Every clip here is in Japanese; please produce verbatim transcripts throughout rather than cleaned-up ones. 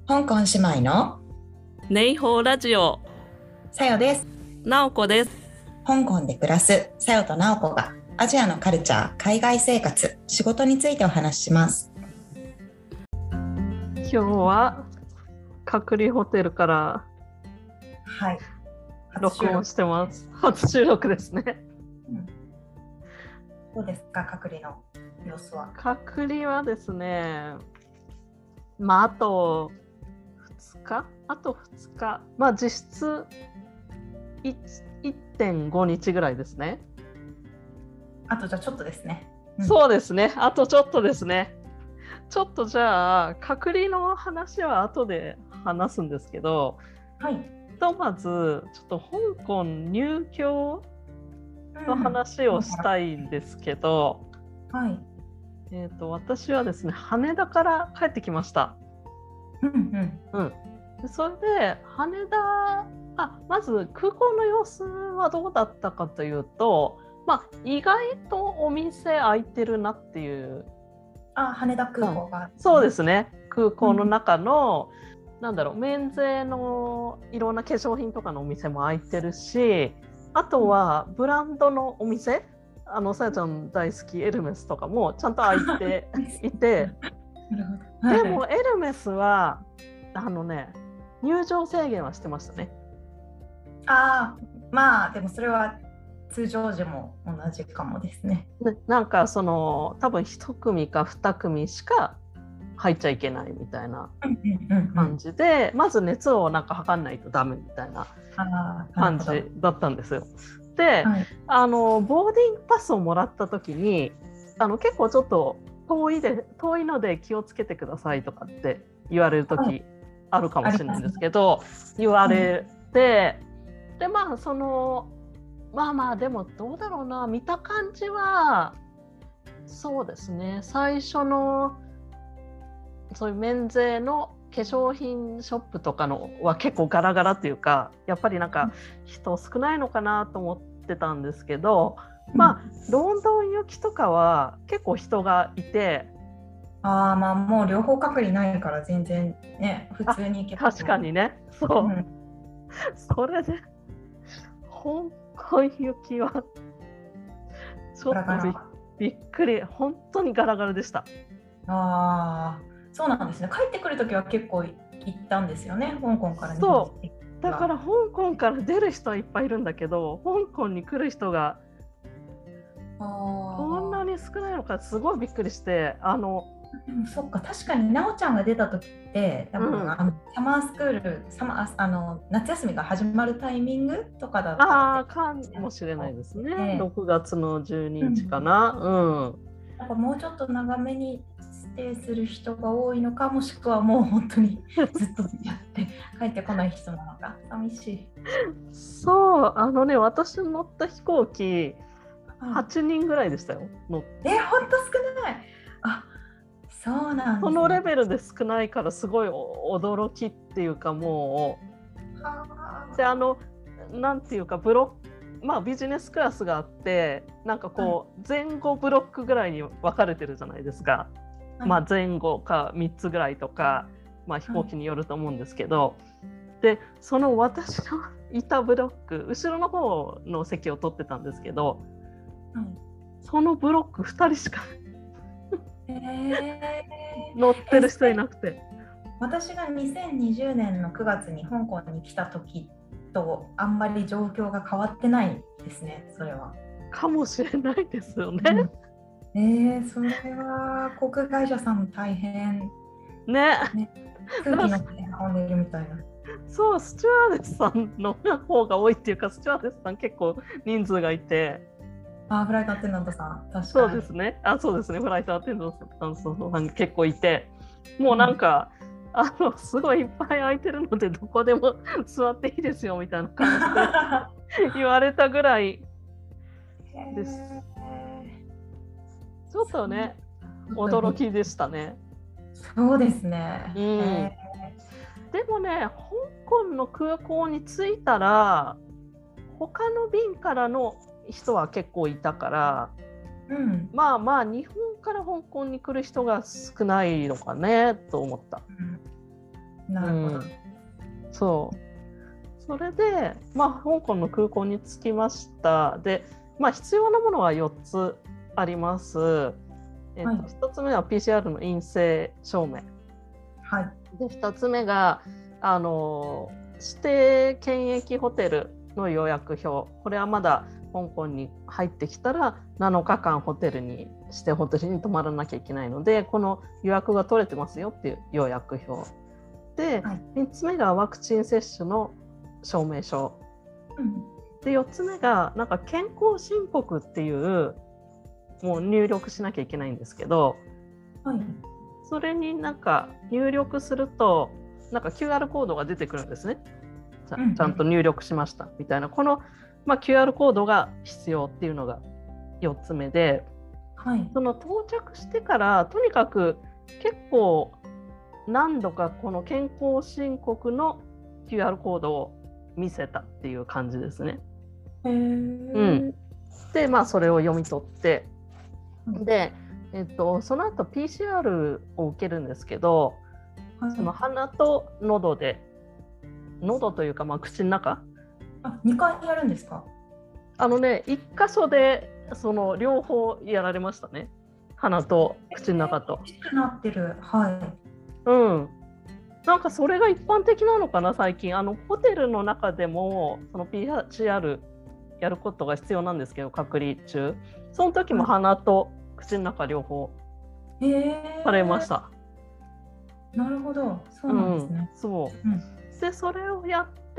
香港姉妹のネイホーラジオ、 さよです。 なおこです。 香港で暮らすさよとなおこがアジアのカルチャー、海外生活、仕事についてお話しします。 今日は隔離ホテルからはい、 録音してます。初収録ですね、 うん、どうですか、隔離の様子は。 隔離はですね、まああとふつかあとふつか、まあ実質 いってんごにちぐらいですね。 あとじゃあちょっとですね、 うん、そうですね、あとちょっとですね。ちょっとじゃあ隔離の話は後で話すんですけど、 はい、 ひとまずちょっと香港入居の話をしたいんですけど、 うんはいえーと、私はですね、羽田から帰ってきました。 うんうんうん、でそれで羽田あまず空港の様子はどうだったかというと、まあ、意外とお店開いてるなっていう。 あ、羽田空港が、 うん、そうですね、空港の中の、うん、なんだろう、免税のいろんな化粧品とかのお店も開いてるし、あとはブランドのお店、あのさやちゃん大好きエルメスとかもちゃんと開いていてでもエルメスはあのね、入場制限はしてましたね。 ああ、まあでもそれは通常時も同じかもですね。 なんかその多分いち組かに組しか入っちゃいけないみたいな感じで、うんうんうん、まず熱をなんか測んないとダメみたいな感じだったんですよ。で、はい、あのボーディングパスをもらった時にあの結構ちょっと遠いで遠いので気をつけてくださいとかって言われる時あるかもしれないんですけど、はい、言われて、うん、でまあそのまあまあでもどうだろうな、見た感じはそうですね、最初のそういう免税の化粧品ショップとかのは結構ガラガラっていうか、やっぱりなんか人少ないのかなと思ってたんですけど、うん、まあロンドン行きとかは結構人がいて、 ああ、まあもう両方隔離ないから全然ね、普通に行けば。 確かにね、そう、うん、それで香港行きはちょっと び, びっくり、本当にガラガラでした。 ああ、そうなんですね。帰ってくるときは結構行ったんですよね、香港から。 そうだから香港から出る人はいっぱいいるんだけど、香港に来る人がこんなに少ないのかすごいびっくりして、あのでもそっか、確かになおちゃんが出た時って多分、うん、あのサマースクールサマーあの夏休みが始まるタイミングとかだったあかもしれないですね、ろくがつのじゅうににちかな、うんうん、 なんかもうちょっと長めにステイする人が多いのか、もしくはもう本当にずっとやって帰ってこない人なのか、寂しい。 そう、あのね、私の乗った飛行機はちにんぐらいでしたよ、乗って。 え、ほんと少ない。あ、そうなんですね。 そのレベルで少ないからすごい驚きっていうか、もうであのなんていうかブロック、まあビジネスクラスがあって、なんかこう前後ブロックぐらいに分かれてるじゃないですか、はい、まあ前後かみっつぐらいとか、まあ飛行機によると思うんですけど、はい、でその私のいたブロック後ろの方の席を取ってたんですけど、はい、そのブロックふたりしかえー、乗ってる人いなくて、 私がにせんにじゅうねんのくがつに香港に来た時とあんまり状況が変わってないですね。それはかもしれないですよね、 うん、えー、それは航空会社さんも大変ね, ね空気の運んでるみたいな。 そう、スチュワーデスさんの方が多いっていうか、スチュワーデスさん結構人数がいて、 あ、フライトアテンダントさん、確かに。 そうですね。あ、そうですね。フライトアテンダントさん結構いて、もうなんか、うん、あのすごいいっぱい空いてるのでどこでも座っていいですよみたいな感じで言われたぐらいです。ちょっとね、驚きでしたね。 そうですね。 うん、でもね、香港の空港に着いたら他の便からの人は結構いたから、うん、まあまあ日本から香港に来る人が少ないのかねと思った、 なるほど、 うん、そうそれで、まあ、香港の空港に着きました。で、まあ、必要なものはよっつあります。えっと、はい、ひとつめは ピーシーアール の陰性証明、 はい、 でふたつめがあの指定検疫ホテルの予約表。これはまだ香港に入ってきたらなのかかんホテルに指定ホテルに泊まらなきゃいけないので、この予約が取れてますよっていう予約表で、はい、みっつめがワクチン接種の証明書、うん、でよっつめがなんか健康申告っていうもう入力しなきゃいけないんですけど、はい、それになんか入力するとなんか キューアール コードが出てくるんですね。ち ゃ,、うんうん、ちゃんと入力しましたみたいな、この、まあ、キューアール コードが必要っていうのがよっつめで、はい、その到着してからとにかく結構何度かこの健康申告の キューアール コードを見せたっていう感じですね。へー、うん、でまあそれを読み取って、で、えっと、その後 ピーシーアール を受けるんですけど、はい、その鼻と喉で喉というかまあ口の中、 あ、にかいやるんですか？ あのね、いっ箇所でその両方やられましたね。鼻と口の中と。 大きくなってる。はい。 うん。なんかそれが一般的なのかな最近。あのホテルの中でもその ピーシーアール やることが必要なんですけど、隔離中その時も鼻と口の中両方されました。 なるほど、そうなんですね。 うん、そう、うん、でそれをやって、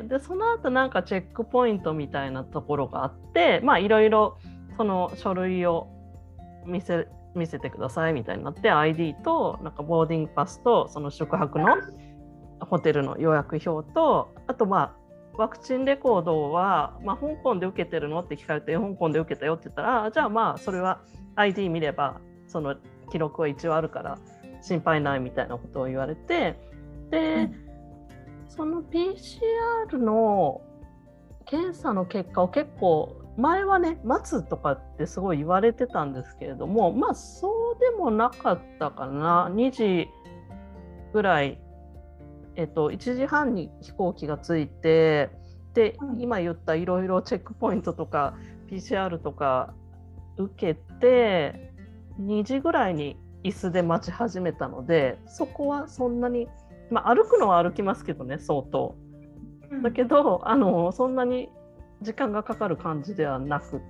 でその後なんかチェックポイントみたいなところがあって、まあいろいろその書類を見せ見せてくださいみたいになって、 アイディー となんかボーディングパスとその宿泊のホテルの予約表と、あとまあワクチンレコードは、まあ、香港で受けてるのって聞かれて、香港で受けたよって言ったら、あじゃあまあそれは アイディー 見ればその記録は一応あるから心配ないみたいなことを言われて、で、うん、その ピーシーアール の検査の結果を結構前はね待つとかってすごい言われてたんですけれども、まあそうでもなかったかな。にじぐらい、えっと、いちじはんに飛行機が着いて、で、うん、今言ったいろいろチェックポイントとか ピーシーアール とか受けてにじぐらいに椅子で待ち始めたので、そこはそんなに、まあ、歩くのは歩きますけどね相当だけど、うん、あのそんなに時間がかかる感じではなくって、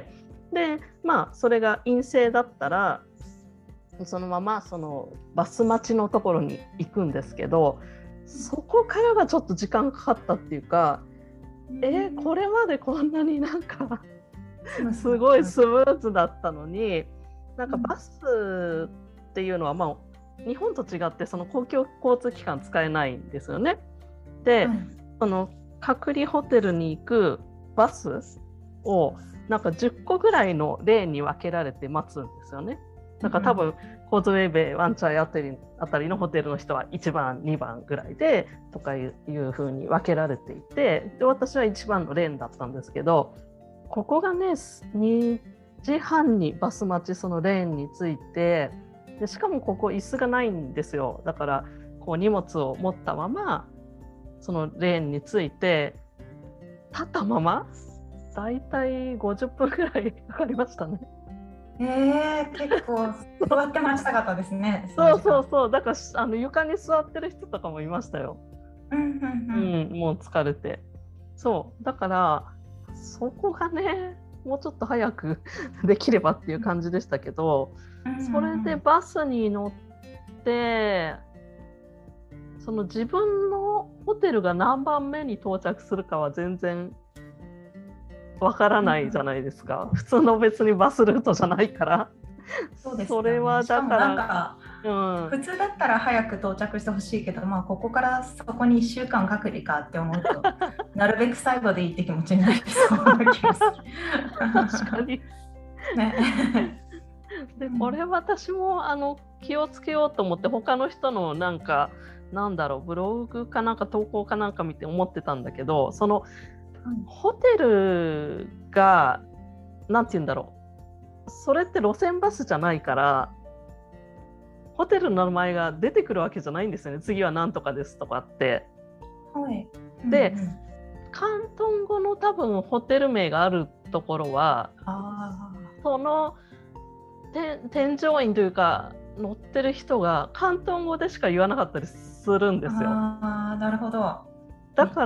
でまあそれが陰性だったらそのままそのバス待ちのところに行くんですけど、そこからがちょっと時間かかったっていうか、うん、えー、これまでこんなになんかすごいスムーズだったのに、なんかバスっていうのは、まあ、日本と違ってその公共交通機関使えないんですよね。で、うん、その隔離ホテルに行くバスをなんかじゅっこぐらいのレーンに分けられて待つんですよね。なんか多分、うん、コーズウェイベイワンチャイあたり、あたりのホテルの人はいちばんにばんぐらいでとかいう風に分けられていて、で私はいちばんのレーンだったんですけど、ここがねにじはんにバス待ちそのレーンについて、でしかもここ椅子がないんですよ。だからこう荷物を持ったままそのレーンについて立ったままだいたいごじゅっぷんぐらいかかりましたね。 えー、結構座ってました方ですね。 そうそうそう、だからあの床に座ってる人とかもいましたよ。 うんうんうんうん、もう疲れて。そうだからそこがねもうちょっと早くできればっていう感じでしたけど、それでバスに乗ってその自分のホテルが何番目に到着するかは全然わからないじゃないですか。普通の別にバスルートじゃないから。 そうですね、 それはだから、 なんか、うん、普通だったら早く到着してほしいけど、まあ、ここからそこにいっしゅうかん隔離かって思うとなるべく最後でいいって気持ちになりそうな気がする。 確かに、ね、でこれ私もあの気をつけようと思って他の人のなんかなんだろうブログかなんか投稿かなんか見て思ってたんだけど、そのホテルがなんて言うんだろう、それって路線バスじゃないからホテルの名前が出てくるわけじゃないんですよね。次は何とかですとかって。 はい、 で、 うんうん、 広東語の多分ホテル名があるところは、 あその添乗員というか乗ってる人が広東語でしか言わなかったりするんですよ。 あー、なるほど。 だから、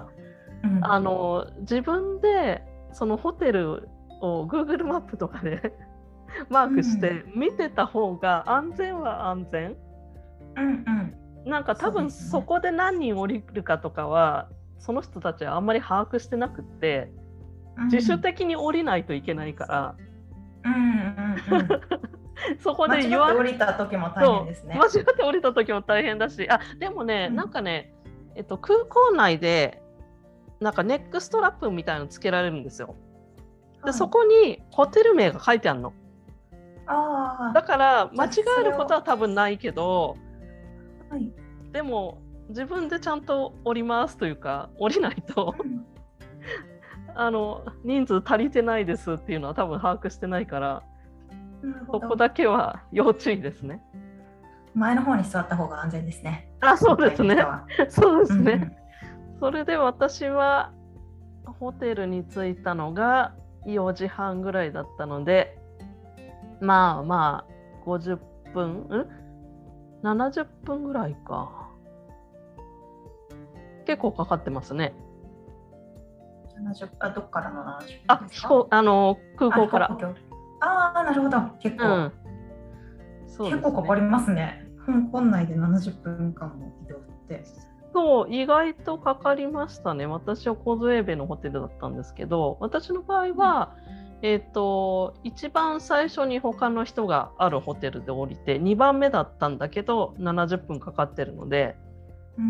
うん、 あの自分でそのホテルを Google マップとかでマークして見てた方が安全は安全、 うんうん、 なんか多分そうですね。 そこで何人降りるかとかはその人たちはあんまり把握してなくって、 うん、 自主的に降りないといけないから、 うんうんうん、 そこで間違って降りた時も大変ですね。 間違って降りた時も大変だし、あでもね、 うん、 なんかね、えっと、空港内でなんかネックストラップみたいなのつけられるんですよ。で、はい、そこにホテル名が書いてあるの。 あ、 だから間違えることは多分ないけど、 はい、 でも自分でちゃんと降りますというか降りないと、うん、あの人数足りてないですっていうのは多分把握してないから、そこだけは要注意ですね。 前の方に座った方が安全ですね。 あ、そうですね。そうですね。うんうん、それで私はホテルに着いたのがよじはんぐらいだったので、まあまあごじゅっぷん、んななじゅっぷんぐらいか。結構かかってますね。 ななじゅうあ、どっからのななじゅっぷんですか？ あ、あの空港から。 ああ、なるほど。結構、うんそうですね、結構かかりますね。香港内でななじゅっぷんかんも移動って。 そう、意外とかかりましたね。私はコズエベのホテルだったんですけど、私の場合は、うん、えっと、一番最初に他の人があるホテルで降りて、にばんめだったんだけど、ななじゅっぷんかかってるので、 うん、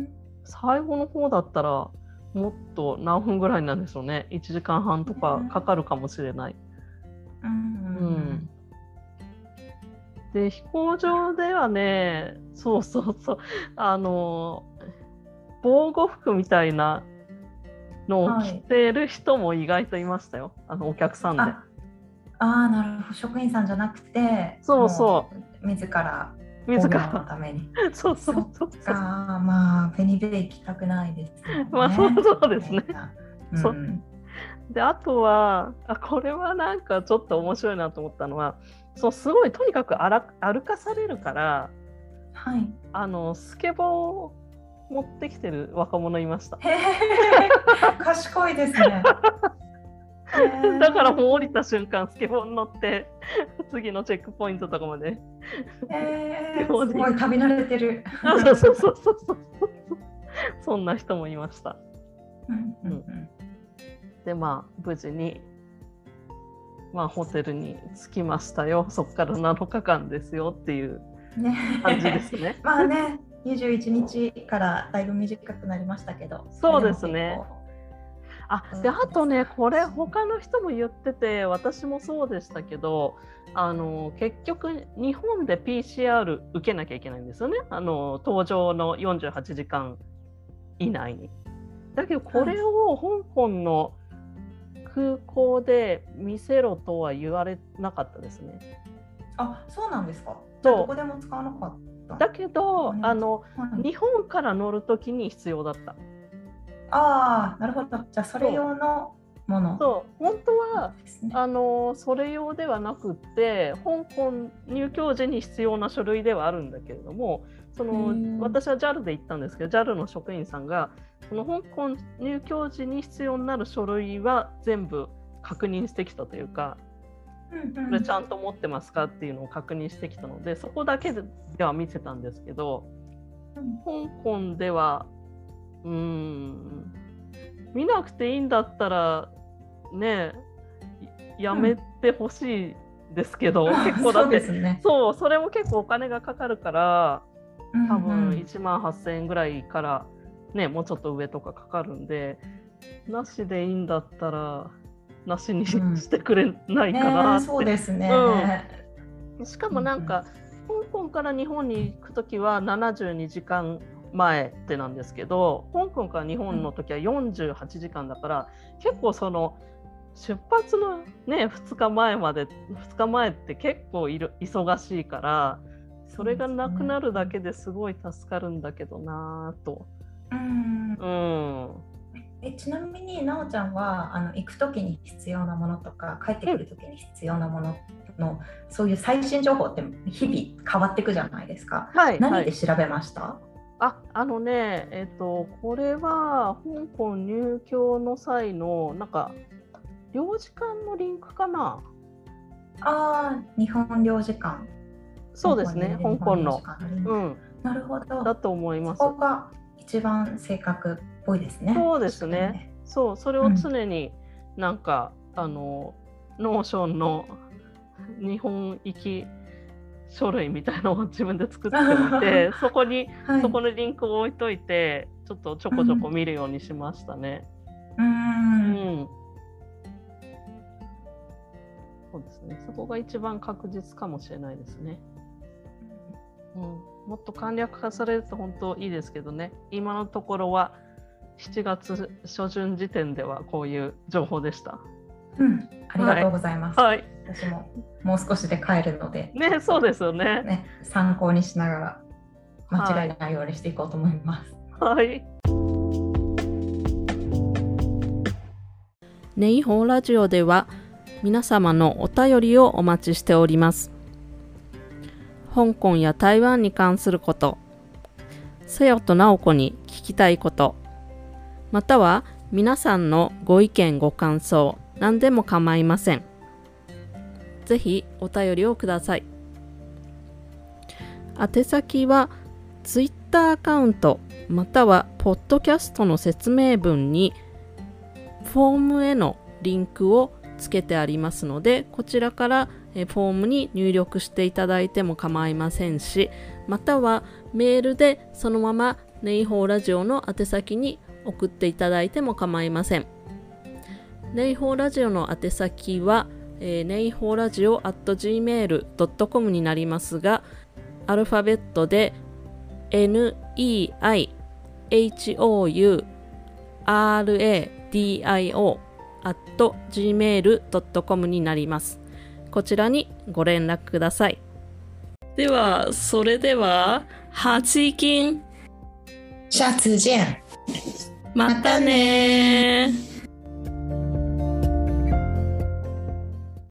最後の方だったら、もっと何分ぐらいなんでしょうね。いちじかんはんとかかかるかもしれない。 うんうんうんで飛行場ではね、そうそうそう、あの防護服みたいなのを着てる人も意外といましたよ、はい、あのお客さんで。 ああ、なるほど。職員さんじゃなくて、 そうそう自ら自らのために。 そうそうそうそうか、まあペニベイ行きたくないですよね。 まあそうそうですね。 うん、 そうであとはあこれはなんかちょっと面白いなと思ったのは、そうすごいとにかく歩かされるから、 はい、 あのスケボーを持ってきてる若者いました。 へー賢いですね。 だからもう降りた瞬間スケボーに乗って次のチェックポイントとかまで、 えー、すごい旅慣れてる。 そうそうそうそうそうそんな人もいました。 うんうんうん、 でまあ無事にまあホテルに着きましたよ。そこからなのかかんですよっていう感じですね。ねまあね、にじゅういちにちからだいぶ短くなりましたけど。 そうですね。あであとね、これ他の人も言ってて私もそうでしたけど、あの結局日本で ピーシーアール 受けなきゃいけないんですよね、あの搭乗のよんじゅうはちじかん以内に。だけどこれを香港の空港で見せろとは言われなかったですね。 あ、そうなんですか。どこでも使わなかった。 だけどあの、はい、日本から乗るときに必要だった。 ああ、なるほど。じゃあそれ用のもの。 そう本当は、ね、あのそれ用ではなくって香港入境時に必要な書類ではあるんだけれども、その私は ジャル で行ったんですけど ジャル の職員さんがその香港入境時に必要になる書類は全部確認してきたというか、 うんうん、 これちゃんと持ってますかっていうのを確認してきたので、そこだけでは見せたんですけど、うん、香港ではうーん見なくていいんだったらねやめてほしいですけど、うん、結構だってそうですね、そうそれも結構お金がかかるから多分いちまんはっせんえんぐらいからねもうちょっと上とかかかるんで、なしでいいんだったらなしにしてくれないかなって、うんね、そうですね、 うん、しかもなんか、うん、香港から日本に行くときはななじゅうにじかんまえってなんですけど、香港から日本の時はよんじゅうはちじかんだから、うん、結構その出発のねふつかまえまでふつかまえって結構いる忙しいから、 それがなくなるだけですごい助かるんだけどなぁと。うん、うんえちなみになおちゃんはあの行く時に必要なものとか帰ってくる時に必要なものの、うん、そういう最新情報って日々変わっていくじゃないですか、はい、何で調べました？はい、 ああのねえっとこれは香港入境の際のなんか領事館のリンクかな。 ああ、日本領事館。 そうですね、香港の。 うん、なるほど。 だと思います。 そこが一番正確っぽいですね。 そうですね。そう、それを常になんか、うん、あのノーションの日本行き書類みたいなのを自分で作ってみてそこに、はい、そこのリンクを置いといてちょっとちょこちょこ見るようにしましたね。うん、うんそうですね、そこが一番確実かもしれないですね。うん、もっと簡略化されると本当いいですけどね。今のところはしちがつ初旬時点ではこういう情報でした。 うん、ありがとうございます。 はい、 私ももう少しで帰るので、 ね、そうですよね。 ね、参考にしながら間違いないようにしていこうと思います。 はい。ネイホーラジオでは皆様のお便りをお待ちしております。香港や台湾に関すること、せよとなおこに聞きたいこと、または皆さんのご意見ご感想、何でも構いません。ぜひお便りをください。宛先は Twitter アカウントまたはポッドキャストの説明文にフォームへのリンクをつけてありますので、こちらからフォームに入力していただいても構いませんし、またはメールでそのままネイホーラジオの宛先に送っていただいても構いません。ネイホーラジオの宛先は、えー、ネイホーラジオ アットジーメールドットコム になりますが、アルファベットで ネイホーラジオ アットジーメールドットコム になります。こちらにご連絡ください。では、それでは、下次見。 下次見。 またね。